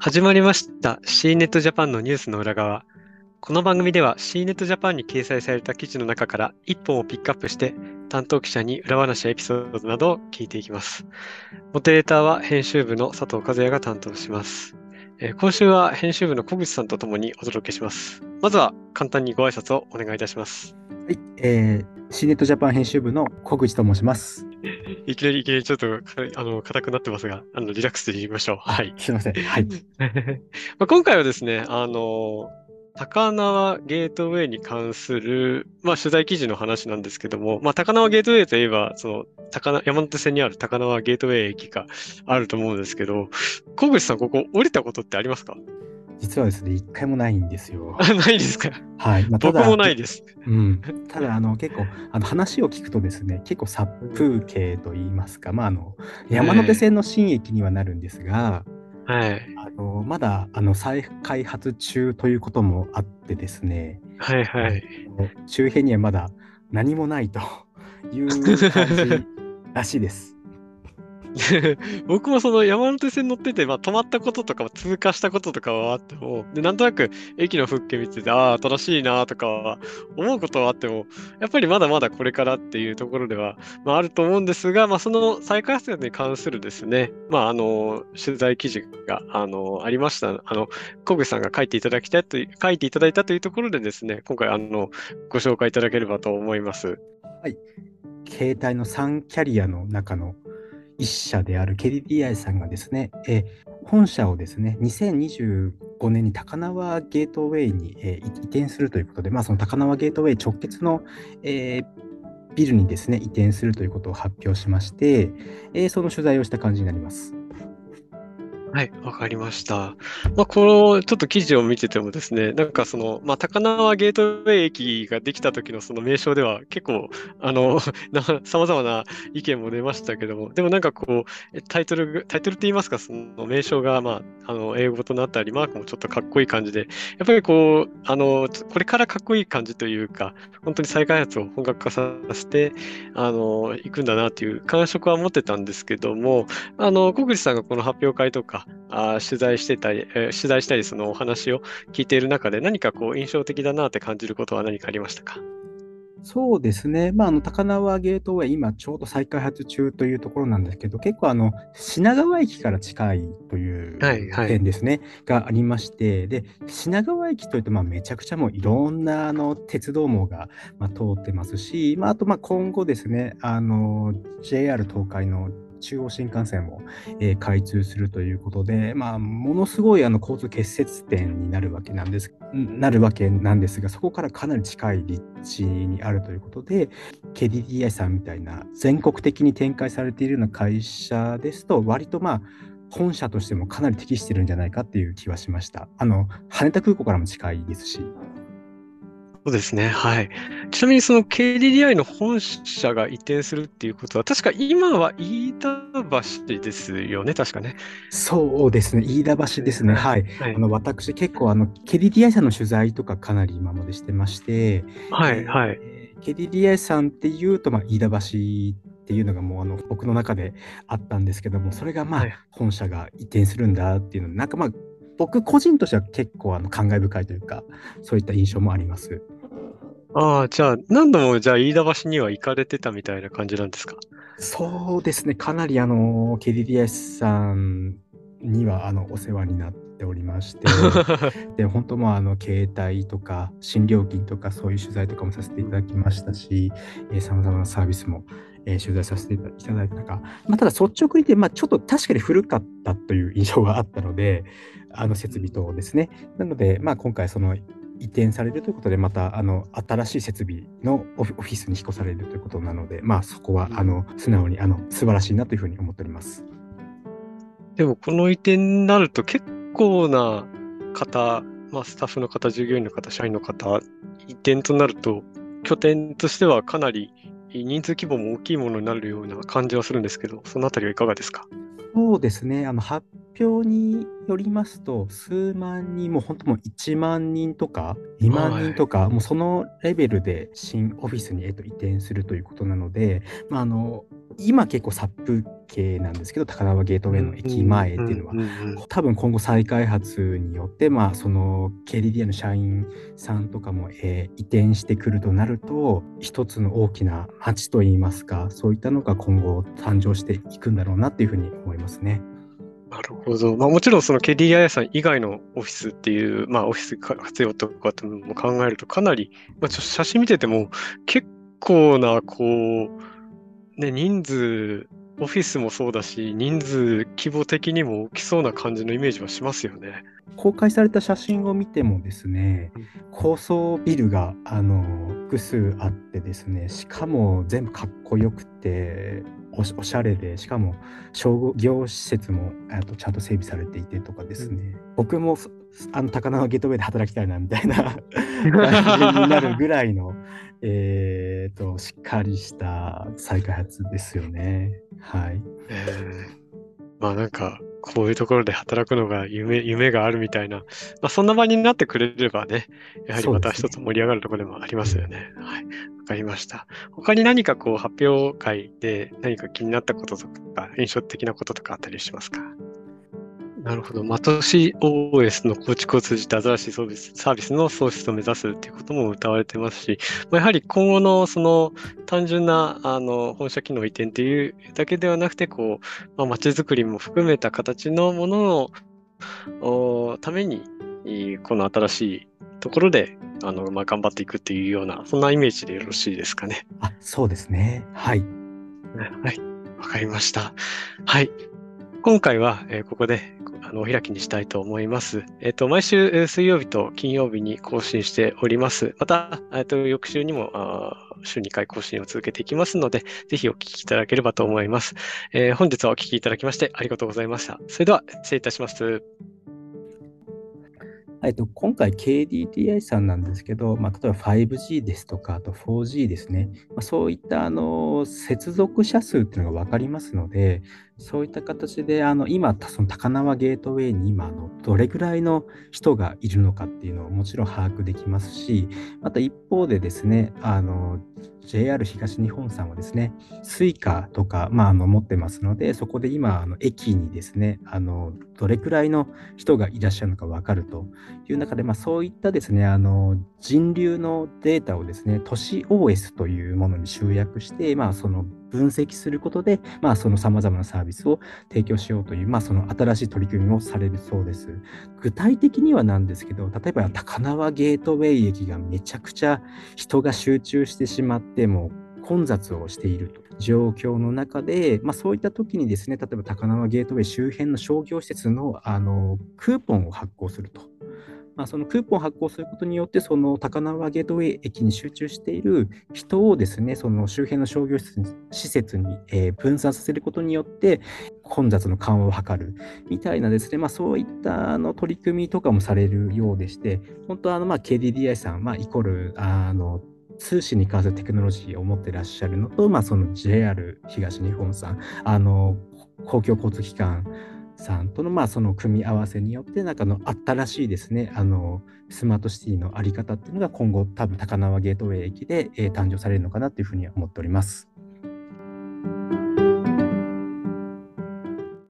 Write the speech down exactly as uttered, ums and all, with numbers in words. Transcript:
始まりました シーネット ジャパンのニュースの裏側。この番組では シーネット ジャパンに掲載された記事の中からいっぽんをピックアップして担当記者に裏話やエピソードなどを聞いていきます。モデレーターは編集部の佐藤和也が担当します。えー今週は編集部の小口さんとともにお届けします。まずは簡単にご挨拶をお願いいたします。 はい、えー、シーネットジャパン編集部の小口と申します。 いきなりいきなりちょっとかあの硬くなってますが、あのリラックスで言いましょう。はあ、 い。 すいません。はい。 まあ今回はですね、あの、高輪ゲートウェイに関する、まあ、取材記事の話なんですけども、まあ、高輪ゲートウェイといえば、その、高輪、山手線にある高輪ゲートウェイ駅があると思うんですけど、小口さん、ここ降りたことってありますか？ 実はですね、一回もないんですよ。 あ、ないですか？ はい。まあ、た僕もだ、 ないです。 うん。ただ、あの、結構、あの、話を聞くとですね、結構殺風景といいますか、まあ、あの、山手え線の新駅にはなるんですが、 え、はい。 あの、まだ、あの、再開発中ということもあってですね、 はいあのはい。 周辺にはまだ何もないという感じらしいです。 僕もその山手線乗ってて、まあ、止まったこととか通過したこととかはあっても、で、なんとなく駅の風景見てて、ああ、新しいなとかは思うことはあっても、やっぱりまだまだこれからっていうところでは、まあ、あると思うんですが、まあ、その再開発に関するですね、まあ、あの、取材記事が、あの、ありました。あの、小口さんが書いていただきたいという、書いていただいたというところでですね、今回、あの、ご紹介いただければと思います。 はい。携帯のさんキャリアの中の一社であるケリディアイさんがですね、えー本社をですね、にせんにじゅうごねんに高輪ゲートウェイに、えー移転するということで、まあ、その高輪ゲートウェイ直結の、えービルにですね、移転するということを発表しまして、えーその取材をした感じになります。 はい、わかりました。まあ、このちょっと記事を見ててもですね、なんかその、まあ、高輪ゲートウェイ駅ができた時のその名称では結構、あの、な、様々な意見も出ましたけども、でもなんかこう、えタイトルが、タイトルって言いますか、その名称が、まあ、あの、英語となったり、マークもちょっとかっこいい感じで、やっぱりこう、あの、これからかっこいい感じというか、本当に再開発を本格化させて、あの、行くんだなっていう感触は持ってたんですけども、あの、小口さんがこの発表会とか、あー取材してたり、えー取材したり、そのお話を聞いている中で、何かこう印象的だなって感じることは何かありましたか？ そうですね、まあ、あの高輪ゲートウェイ、今ちょうど再開発中というところなんですけど、結構あの品川駅から近いとはいいうはい。 点ですね、がありまして、で品川駅というと、まあめちゃくちゃもういろんなあの鉄道網がまあ通ってますし、まあ、あとまあ今後ですね、あの ジェイアール 東海の中央新幹線も、えー開通するということで、まあ、ものすごいあの交通結節点になるわけなんです、なるわけなんですが、そこからかなり近い立地にあるということで、ケーディーティーアイ さんみたいな全国的に展開されているような会社ですと、割とまあ、本社としてもかなり適してるんじゃないかっていう気はしました。あの、羽田空港からも近いですし。 そうですね。はい。ちなみにその ケーディーディーアイ の本社が移転するっていうことは、確か今は飯田橋ですよね、確かね。 そうですね、飯田橋ですね。 はい。 はい。 はい。 あの、私、結構、あの、ケリディアイさんの取材とかかなり今までしてまして、 はい。はい。 えー、ケリディアイさんっていうと、まあ、飯田橋っていうのがもう、あの、僕の中であったんですけども、それが、まあ、 はい。 本社が移転するんだっていうの、なんか、まあ、僕個人としては結構、あの、感慨深いというか、そういった印象もあります。 ああ、じゃあ、何度もじゃあ飯田橋には行かれてたみたいな感じなんですか？ そうですね、かなりあの ケーディーディーアイ さんにはあのお世話になっておりまして、で本当、まあ、あの携帯とか新料金とかそういう取材とかもさせていただきましたし、さまざまなサービスも、えー取材させていただいた中、まあ、ただ率直に言って、まあ、ちょっと確かに古かったという印象があったので、あの設備等ですね。なので、まあ、今回その移転されるということで、またあの新しい設備のオフオフィスに引っ越されるということなので、まあ、そこはあの素直にあの素晴らしいなというふうに思っております。 でも、この移転になると結構な方、まあ、スタッフの方、従業員の方、社員の方、移転となると、拠点としてはかなり人数規模も大きいものになるような感じはするんですけど、そのあたりはいかがですか？ そうですね、あの発表によりますと、数万人、もう本当もういちまん人とかにまんはい。 人とか、もうそのレベルで新オフィスに、えっと、移転するということなので、まあ、あの今結構殺風系なんですけど、高輪ゲートウェイの駅うん前っていうのは、 うんうんうん多分今後再開発によって、まあ、その ケーディーディーアイ の社員さんとかも、えー移転してくるとなると、一つの大きな街といいますか、そういったのが今後誕生していくんだろうなっていうふうに思いますね。 なるほど。まあもちろんその ケーディーアイ さん以外のオフィスっていう、まあオフィス活用とかっていうのも考えるとかなり、まあちょっと写真見てても結構な、こう、ね、人数、オフィスもそうだし、人数規模的にも大きそうな感じのイメージはしますよね。 公開された写真を見てもですね、 うん高層ビルがあの複数あってですね、しかも全部かっこよくておし、おしゃれで、しかも商業施設もあとちゃんと整備されていてとかですね、僕もそあの高輪ゲートウェイで働きたいなみたいな感じになるぐらいの、えーと、しっかりした再開発ですよね。はい。 えーまあなんか、こういうところで働くのが夢、夢があるみたいな、まあそんな場になってくれればね、やはりまた一そうですね。 つ盛り上がるところでもありまうん。 すよね。はい。わかりました。他に何かこう発表会で何か気になったこととか、印象的なこととかあったりしますか？なるほど。まあ、都市 オーエス の構築を通じて新しいサービス、サービスの創出を目指すっていうことも謳われてますし、まあ、やはり今後のその単純なあの本社機能移転っていうだけではなくて、こう、まあ、街づくりも含めた形のもののおために、いいこの新しいところであの、まあ、頑張っていくっていうような、そんなイメージでよろしいですかね。 あ、そうですね。はい。 はい。わかりました。はい。今回は、えーここであのお開きにしたいと思います。えっと、毎週えー水曜日と金曜日に更新しております。また、えっと、翌週にもあー週にかい更新を続けていきますので、ぜひお聞きいただければと思います。えー本日はお聞きいただきましてありがとうございました。それでは失礼いたします。 えっと、今回 ケーディーディーアイ さんなんですけど、まあ、例えば ファイブジー ですとか、あと フォージー ですね、まあ、そういったあの接続者数っていうのが分かりますので、そういった形であの今、その高輪ゲートウェイに今あのどれぐらいの人がいるのかっていうのをもちろん把握できますし、また一方でですね、あの ジェイアール 東日本さんはですね、スイカとか、まあ、あの持ってますので、そこで今、あの駅にですね、あのどれくらいの人がいらっしゃるのか分かるという中で、まあ、そういったですね、あの人流のデータをですね、都市 オーエス というものに集約して、まあ、その分析することで、まあ、その様々なサービスを提供しようという、まあ、その新しい取り組みをされるそうです。具体的にはなんですけど、例えば高輪ゲートウェイ駅がめちゃくちゃ人が集中してしまって、もう混雑をしていると状況の中で、まあ、そういった時にですね、例えば高輪ゲートウェイ周辺の商業施設のあのクーポンを発行すると。まあ、そのクーポンを発行することによって、その高輪ゲートウェイ駅に集中している人をですね、その周辺の商業施設に施設に、えー分散させることによって、混雑の緩和を図るみたいなですね、まあ、そういったあの取り組みとかもされるようでして、本当あのまあ ケーディーディーアイ さん、まあ、イコールあの通信に関するテクノロジーを持っていらっしゃるのと、まあ、その ジェイアール 東日本さん、あの公共交通機関さんとのまあその組み合わせによって、なんかの新しいですね、あのスマートシティのあり方っていうのが今後、多分高輪ゲートウェイ駅で、えー誕生されるのかなというふうに思っております。